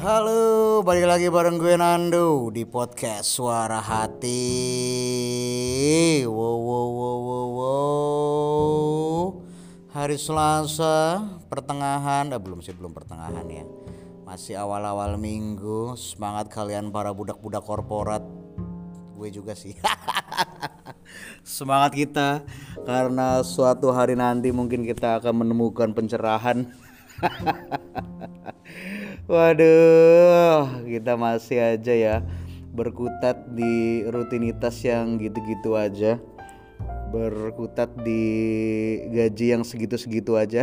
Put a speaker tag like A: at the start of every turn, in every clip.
A: Halo, balik lagi bareng gue Nando di podcast Suara Hati. Wow, wow, wow, wow, wow. Hari Selasa, pertengahan, belum pertengahan ya. Masih awal-awal minggu. Semangat kalian para budak-budak korporat. Gue juga sih. Semangat kita karena suatu hari nanti mungkin kita akan menemukan pencerahan. Waduh, kita masih aja ya berkutat di rutinitas yang gitu-gitu aja. Berkutat di gaji yang segitu-segitu aja.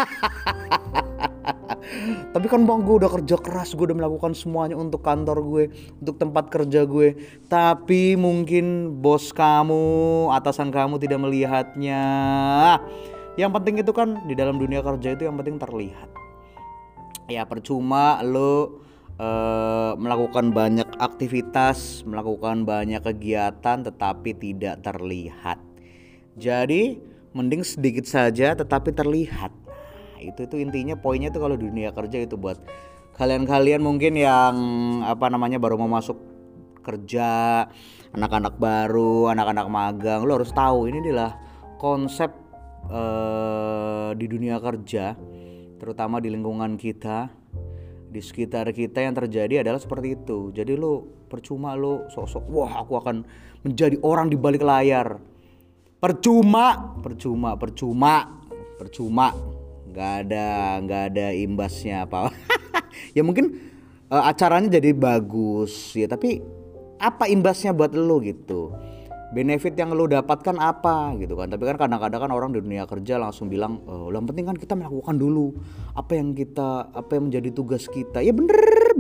A: Tapi kan bang, gue udah kerja keras, gue udah melakukan semuanya untuk kantor gue, untuk tempat kerja gue. Tapi mungkin bos kamu, atasan kamu tidak melihatnya. Yang penting itu kan di dalam dunia kerja itu yang penting terlihat. Ya percuma lo melakukan banyak aktivitas, melakukan banyak kegiatan tetapi tidak terlihat. Jadi mending sedikit saja tetapi terlihat. Nah, itu intinya, poinnya tuh kalau di dunia kerja itu buat kalian-kalian mungkin yang baru mau masuk kerja, anak-anak baru, anak-anak magang, lo harus tahu ini adalah konsep di dunia kerja, terutama di lingkungan kita, di sekitar kita yang terjadi adalah seperti itu. Jadi lo percuma lo sok-sok wah aku akan menjadi orang di balik layar. Percuma. Nggak ada imbasnya apa. Ya mungkin acaranya jadi bagus ya, tapi apa imbasnya buat lo gitu? Benefit yang lo dapatkan apa gitu kan. Tapi kan kadang-kadang kan orang di dunia kerja langsung bilang yang penting kan kita melakukan dulu apa yang menjadi tugas kita. Ya bener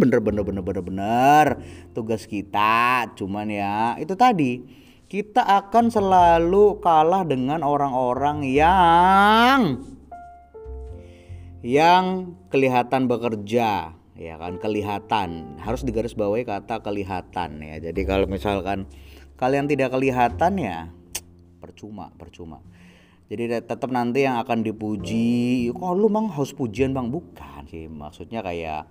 A: tugas kita. Cuman ya itu tadi, kita akan selalu kalah dengan orang-orang yang kelihatan bekerja, ya kan, kelihatan. Harus digarisbawahi kata kelihatan ya. Jadi kalau misalkan kalian tidak kelihatan ya percuma. Jadi tetap nanti yang akan dipuji, kok lu bang haus pujian bang? Bukan sih, maksudnya kayak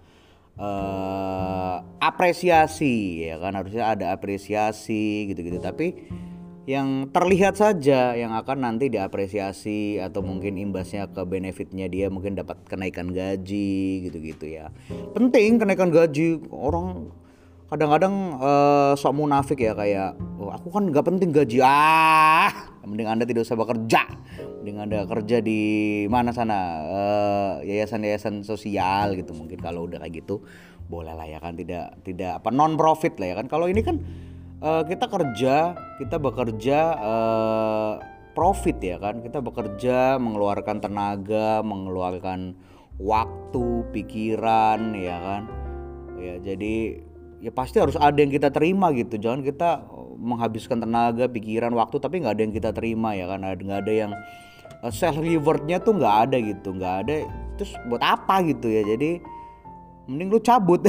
A: apresiasi ya kan, harusnya ada apresiasi gitu-gitu. Tapi yang terlihat saja yang akan nanti diapresiasi, atau mungkin imbasnya ke benefitnya dia mungkin dapat kenaikan gaji gitu-gitu ya. Penting kenaikan gaji. Orang kadang-kadang sok munafik ya, kayak aku kan nggak penting gaji, mending anda tidak usah bekerja, mending anda kerja di mana sana, yayasan sosial gitu mungkin. Kalau udah kayak gitu boleh lah ya kan, tidak non profit lah ya kan. Kalau ini kan kita bekerja profit ya kan, kita bekerja mengeluarkan tenaga, mengeluarkan waktu, pikiran ya kan ya. Jadi ya pasti harus ada yang kita terima gitu. Jangan kita menghabiskan tenaga, pikiran, waktu tapi nggak ada yang kita terima ya kan. Nggak ada yang self rewardnya tuh nggak ada gitu, nggak ada. Terus buat apa gitu ya? Jadi mending lu cabut.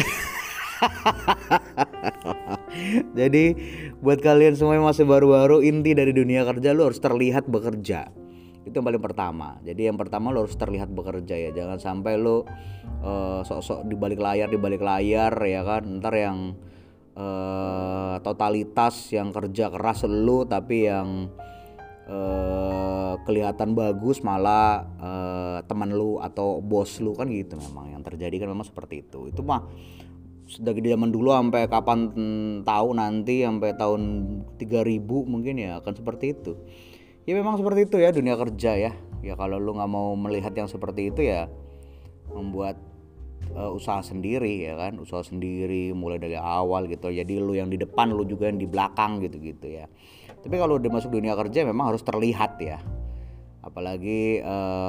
A: Jadi buat kalian semua yang masih baru-baru, inti dari dunia kerja lu harus terlihat bekerja. Itu yang paling pertama. Jadi yang pertama lo harus terlihat bekerja ya. Jangan sampai lo sok-sok di balik layar ya kan. Ntar yang totalitas yang kerja keras lo, tapi yang kelihatan bagus malah teman lo atau bos lo kan gitu. Memang yang terjadi kan memang seperti itu. Itu mah dari zaman dulu sampai kapan tahu, nanti sampai tahun 3000 mungkin ya akan seperti itu. Ya memang seperti itu ya dunia kerja ya. Ya kalau lu nggak mau melihat yang seperti itu ya membuat usaha sendiri ya kan, usaha sendiri mulai dari awal gitu. Jadi lu yang di depan, lu juga yang di belakang gitu ya. Tapi kalau udah masuk dunia kerja memang harus terlihat ya. Apalagi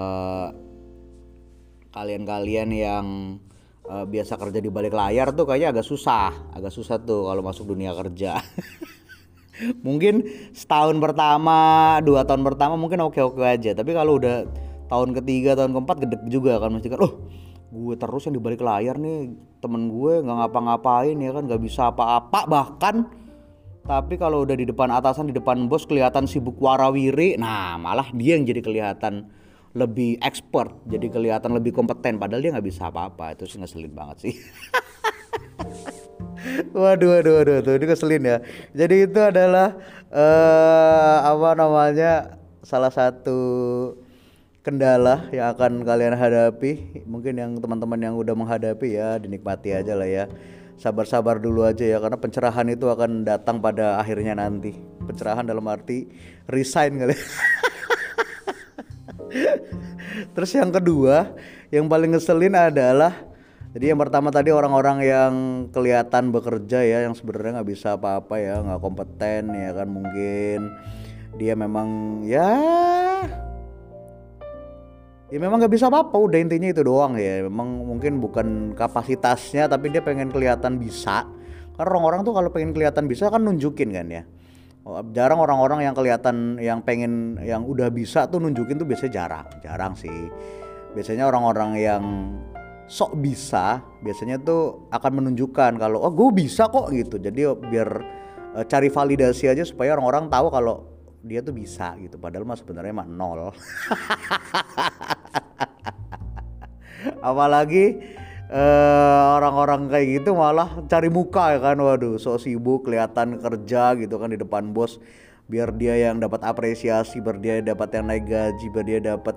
A: kalian-kalian yang biasa kerja di balik layar tuh kayaknya agak susah tuh kalau masuk dunia kerja. Mungkin setahun pertama, 2 tahun pertama mungkin oke aja. Tapi kalau udah tahun ketiga, tahun keempat gedek juga kan, mesti kan gue terus yang di balik layar nih, temen gue nggak ngapa-ngapain ya kan, nggak bisa apa-apa bahkan. Tapi kalau udah di depan atasan, di depan bos kelihatan sibuk warawiri, nah malah dia yang jadi kelihatan lebih expert, jadi kelihatan lebih kompeten, padahal dia nggak bisa apa-apa. Itu sih ngeselin banget sih. Waduh, tuh ini keselin ya. Jadi itu adalah apa namanya, salah satu kendala yang akan kalian hadapi. Mungkin yang teman-teman yang udah menghadapi ya dinikmati aja lah ya. Sabar-sabar dulu aja ya, karena pencerahan itu akan datang pada akhirnya nanti. Pencerahan dalam arti resign kali. Terus yang kedua, yang paling ngeselin adalah, jadi yang pertama tadi orang-orang yang kelihatan bekerja ya, yang sebenarnya nggak bisa apa-apa ya, nggak kompeten ya kan, mungkin dia memang ya memang nggak bisa apa-apa, udah intinya itu doang ya. Memang mungkin bukan kapasitasnya, tapi dia pengen kelihatan bisa. Karena orang-orang tuh kalau pengen kelihatan bisa kan nunjukin kan ya. Jarang orang-orang yang kelihatan yang pengen yang udah bisa tuh nunjukin tuh biasanya jarang sih. Biasanya orang-orang yang sok bisa biasanya tuh akan menunjukkan kalau oh gue bisa kok gitu. Jadi biar cari validasi aja supaya orang-orang tahu kalau dia tuh bisa gitu. Padahal mah sebenarnya mah nol. Apalagi orang-orang kayak gitu malah cari muka ya kan. Waduh, so sibuk kelihatan kerja gitu kan di depan bos, biar dia yang dapat apresiasi, biar dia dapat yang naik gaji, biar dia dapat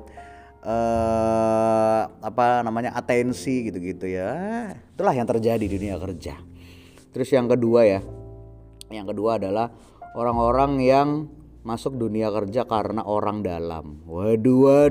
A: apa namanya, atensi gitu-gitu ya. Itulah yang terjadi di dunia kerja. Terus yang kedua ya, yang kedua adalah orang-orang yang masuk dunia kerja karena orang dalam. Waduh.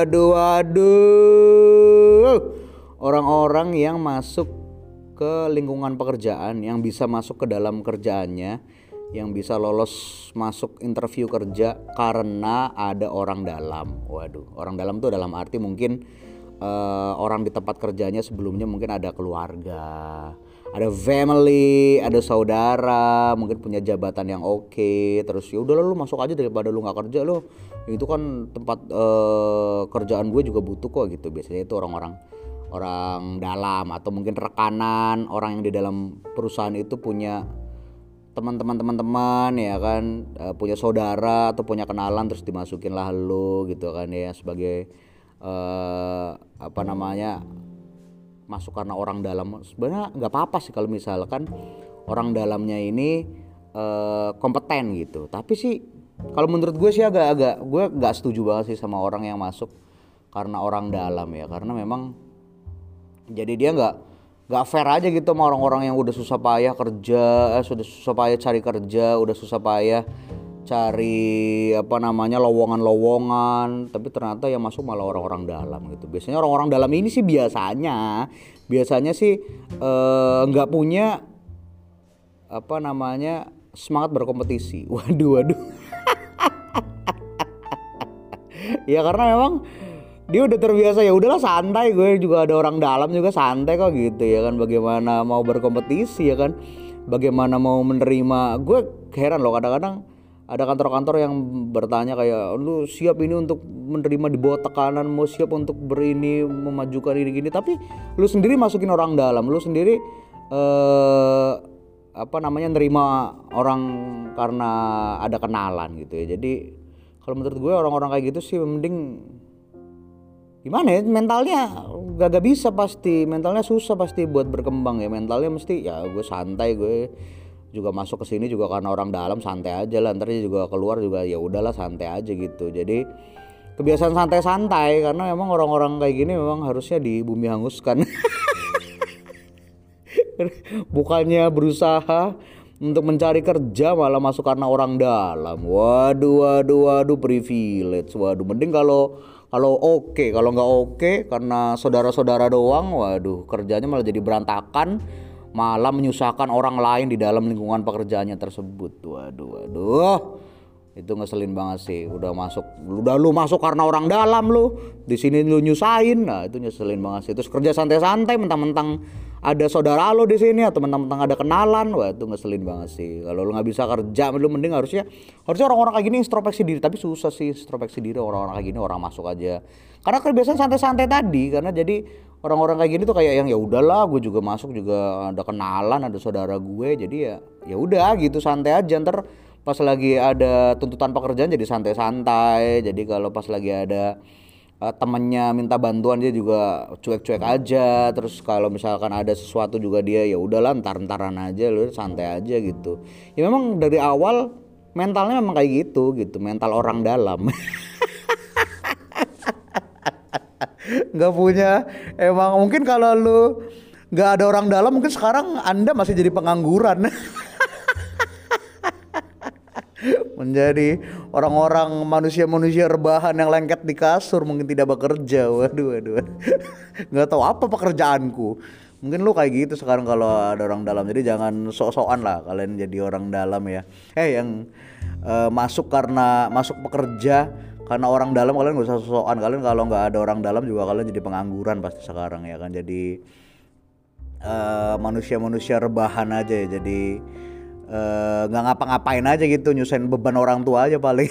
A: Orang-orang yang masuk ke lingkungan pekerjaan, yang bisa masuk ke dalam kerjaannya, yang bisa lolos masuk interview kerja karena ada orang dalam. Waduh, orang dalam tuh dalam arti mungkin orang di tempat kerjanya sebelumnya mungkin ada keluarga, ada family, ada saudara, mungkin punya jabatan yang oke. Terus ya udah lu masuk aja daripada lu nggak kerja lo. Itu kan tempat kerjaan gue juga butuh kok gitu. Biasanya itu orang dalam, atau mungkin rekanan orang yang di dalam perusahaan itu punya teman-teman ya kan, punya saudara atau punya kenalan, terus dimasukin lah lu gitu kan ya, sebagai apa namanya, masuk karena orang dalam. Sebenarnya nggak apa-apa sih kalau misalkan orang dalamnya ini kompeten gitu. Tapi sih kalau menurut gue sih agak gue nggak setuju banget sih sama orang yang masuk karena orang dalam ya, karena memang jadi dia nggak fair aja gitu sama orang-orang yang udah susah payah kerja, sudah susah payah cari kerja, udah susah payah cari apa namanya lowongan-lowongan, tapi ternyata yang masuk malah orang-orang dalam gitu. Biasanya orang-orang dalam ini sih biasanya sih nggak punya apa namanya semangat berkompetisi. Waduh. Ya karena memang dia udah terbiasa, ya udahlah santai, gue juga ada orang dalam juga santai kok gitu ya kan. Bagaimana mau berkompetisi ya kan, bagaimana mau menerima. Gue heran loh, kadang-kadang ada kantor-kantor yang bertanya kayak, lu siap ini untuk menerima di bawah tekanan, mau siap untuk berini, memajukan ini gini, tapi lu sendiri masukin orang dalam, lu sendiri apa namanya, nerima orang karena ada kenalan gitu ya. Jadi kalau menurut gue orang-orang kayak gitu sih mending gimana ya, mentalnya gak bisa, pasti mentalnya susah pasti buat berkembang ya. Mentalnya mesti ya gue santai, gue juga masuk ke sini juga karena orang dalam, santai aja lah, ntar juga keluar juga ya udahlah santai aja gitu. Jadi kebiasaan santai-santai, karena memang orang-orang kayak gini memang harusnya di bumi hanguskan. Bukannya berusaha untuk mencari kerja malah masuk karena orang dalam. Waduh, privilege. Waduh, mending kalau oke, kalau nggak oke karena saudara-saudara doang, waduh, kerjanya malah jadi berantakan, malah menyusahkan orang lain di dalam lingkungan pekerjaannya tersebut. Waduh, itu ngeselin banget sih. Udah lu masuk karena orang dalam, lu di sini lu nyusahin, nah itu ngeselin banget sih. Terus kerja santai-santai, mentang-mentang ada saudara lo di sini atau mentang-mentang ada kenalan, wah itu ngeselin banget sih. Kalau lu nggak bisa kerja, lu mending harusnya orang-orang kayak gini introspeksi diri. Tapi susah sih introspeksi diri orang-orang kayak gini, orang masuk aja karena kebiasaan santai-santai tadi. Karena jadi orang-orang kayak gini tuh kayak yang ya udahlah, gue juga masuk juga ada kenalan, ada saudara gue, jadi ya udah gitu, santai aja. Ntar pas lagi ada tuntutan pekerjaan jadi santai-santai. Jadi kalau pas lagi ada temennya minta bantuan dia juga cuek-cuek aja. Terus kalau misalkan ada sesuatu juga dia ya udahlah ntar-ntaran aja, lu santai aja gitu. Ya memang dari awal mentalnya memang kayak gitu, mental orang dalam. Nggak punya, emang mungkin kalau lu nggak ada orang dalam mungkin sekarang Anda masih jadi pengangguran. Menjadi orang-orang manusia-manusia rebahan yang lengket di kasur, mungkin tidak bekerja. Waduh. Nggak tahu apa pekerjaanku. Mungkin lu kayak gitu sekarang kalau ada orang dalam. Jadi jangan sok-sokan lah kalian jadi orang dalam ya. Yang masuk karena masuk pekerja karena orang dalam, kalian gak usah sok-sokan. Kalian kalau nggak ada orang dalam juga kalian jadi pengangguran pasti sekarang ya kan. Jadi manusia-manusia rebahan aja ya. Jadi nggak ngapa-ngapain aja gitu, nyusahin beban orang tua aja paling.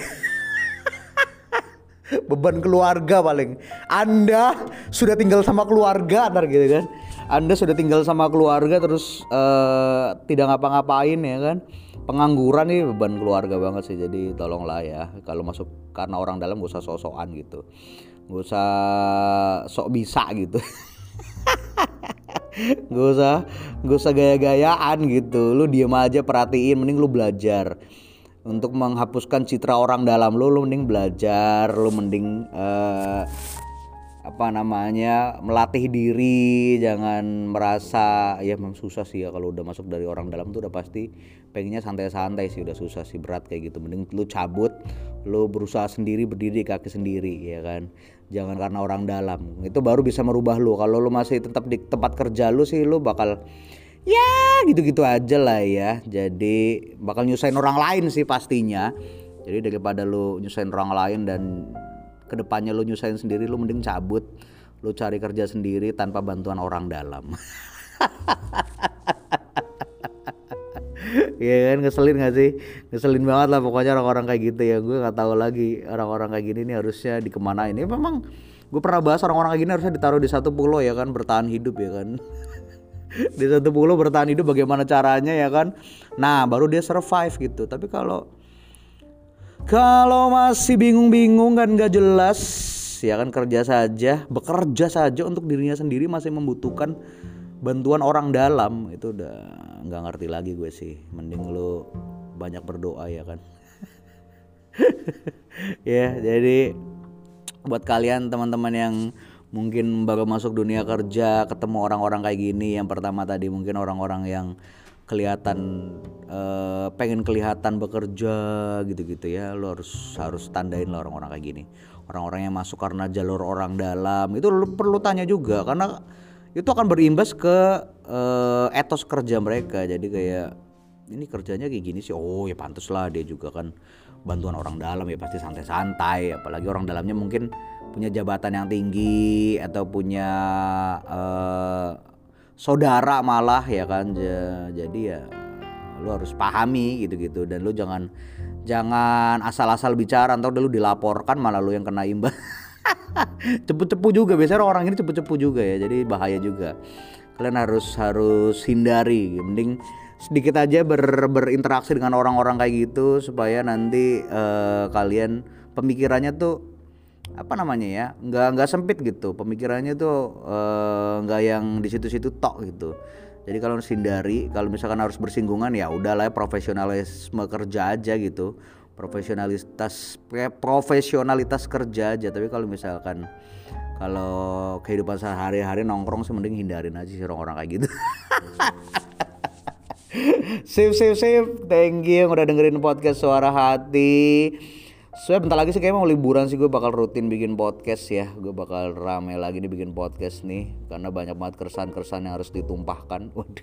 A: Beban keluarga paling. Anda sudah tinggal sama keluarga ntar gitu kan. Anda sudah tinggal sama keluarga terus tidak ngapa-ngapain ya kan. Pengangguran nih beban keluarga banget sih. Jadi tolonglah ya, kalau masuk karena orang dalam gak usah sok-sokan gitu. Gak usah sok bisa gitu. Gak usah gaya-gayaan gitu. Lu diem aja, perhatiin, mending lu belajar untuk menghapuskan citra orang dalam lu mending belajar, lu mending melatih diri. Jangan merasa ya memang susah sih ya kalau udah masuk dari orang dalam tuh udah pasti pengennya santai-santai sih, udah susah sih, berat kayak gitu. Mending lu cabut, lu berusaha sendiri, berdiri di kaki sendiri ya kan. Jangan karena orang dalam, itu baru bisa merubah lu. Kalau lu masih tetap di tempat kerja lu sih, lu bakal ya gitu-gitu aja lah ya. Jadi bakal nyusahin orang lain sih pastinya. Jadi daripada lu nyusahin orang lain dan kedepannya lu nyusahin sendiri, lu mending cabut, lu cari kerja sendiri tanpa bantuan orang dalam. Iya kan, ngeselin gak sih? Ngeselin banget lah pokoknya orang-orang kayak gitu ya. Gue gak tahu lagi orang-orang kayak gini nih harusnya dikemanain. Ya memang gue pernah bahas orang-orang kayak gini harusnya ditaruh di satu pulau ya kan, bertahan hidup ya kan. Di satu pulau bertahan hidup bagaimana caranya ya kan. Nah baru dia survive gitu. Tapi kalau masih bingung-bingung kan gak jelas ya kan, bekerja saja untuk dirinya sendiri masih membutuhkan bantuan orang dalam, itu udah nggak ngerti lagi gue sih. Mending lu banyak berdoa ya kan. Ya jadi buat kalian teman-teman yang mungkin baru masuk dunia kerja, ketemu orang-orang kayak gini, yang pertama tadi mungkin orang-orang yang kelihatan pengen kelihatan bekerja gitu-gitu ya, lu harus tandain lah orang-orang kayak gini. Orang-orang yang masuk karena jalur orang dalam itu lu perlu tanya juga, karena itu akan berimbas ke etos kerja mereka. Jadi kayak ini kerjanya kayak gini sih, oh ya pantas lah dia juga kan bantuan orang dalam ya pasti santai-santai. Apalagi orang dalamnya mungkin punya jabatan yang tinggi atau punya saudara malah ya kan. Jadi ya lu harus pahami gitu-gitu, dan lu jangan asal-asal bicara, ntar lu dilaporkan malah lu yang kena imbas. Cepu-cepu juga, biasanya orang ini cepu-cepu juga ya, jadi bahaya juga. Kalian harus hindari, mending sedikit aja berinteraksi dengan orang-orang kayak gitu, supaya nanti kalian pemikirannya tuh nggak sempit gitu, pemikirannya tuh nggak yang di situ-situ tok gitu. Jadi kalau harus hindari, kalau misalkan harus bersinggungan ya udahlah, profesionalisme kerja aja gitu. Profesionalitas kerja aja. Tapi kalau misalkan kehidupan sehari-hari nongkrong sih mending hindarin aja sih orang-orang kayak gitu. Sip. Thank you yang udah dengerin podcast Suara Hati. Bentar lagi sih kayaknya mau liburan sih, gue bakal rutin bikin podcast ya. Gue bakal rame lagi nih bikin podcast nih, karena banyak banget keresahan yang harus ditumpahkan. Waduh.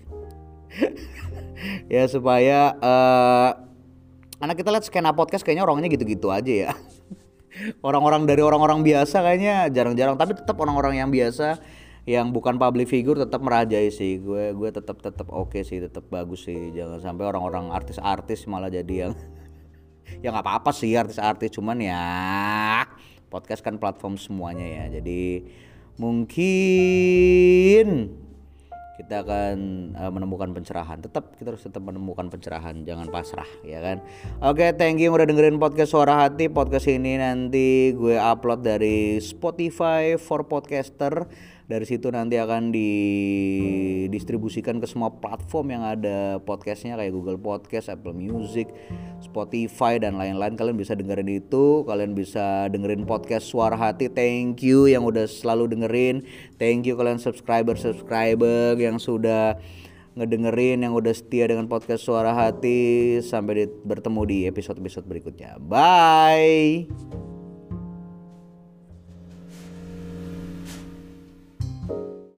A: Ya supaya karena kita lihat skena podcast kayaknya orangnya gitu-gitu aja ya. Orang-orang biasa kayaknya jarang-jarang, tapi tetap orang-orang yang biasa yang bukan public figure tetap merajai sih. Gue tetap oke sih, tetap bagus sih. Jangan sampai orang-orang artis-artis malah jadi yang ya nggak apa-apa sih artis-artis, cuman ya podcast kan platform semuanya ya. Jadi mungkin kita akan menemukan pencerahan. Kita harus tetap menemukan pencerahan, jangan pasrah, ya kan. Oke, thank you udah dengerin podcast Suara Hati. Podcast ini nanti gue upload dari Spotify for Podcaster. Dari situ nanti akan didistribusikan ke semua platform yang ada podcastnya, kayak Google Podcast, Apple Music, Spotify, dan lain-lain. Kalian bisa dengerin itu, kalian bisa dengerin podcast Suara Hati. Thank you yang udah selalu dengerin. Thank you kalian subscriber yang sudah ngedengerin, yang udah setia dengan podcast Suara Hati. Sampai bertemu di episode berikutnya. Bye.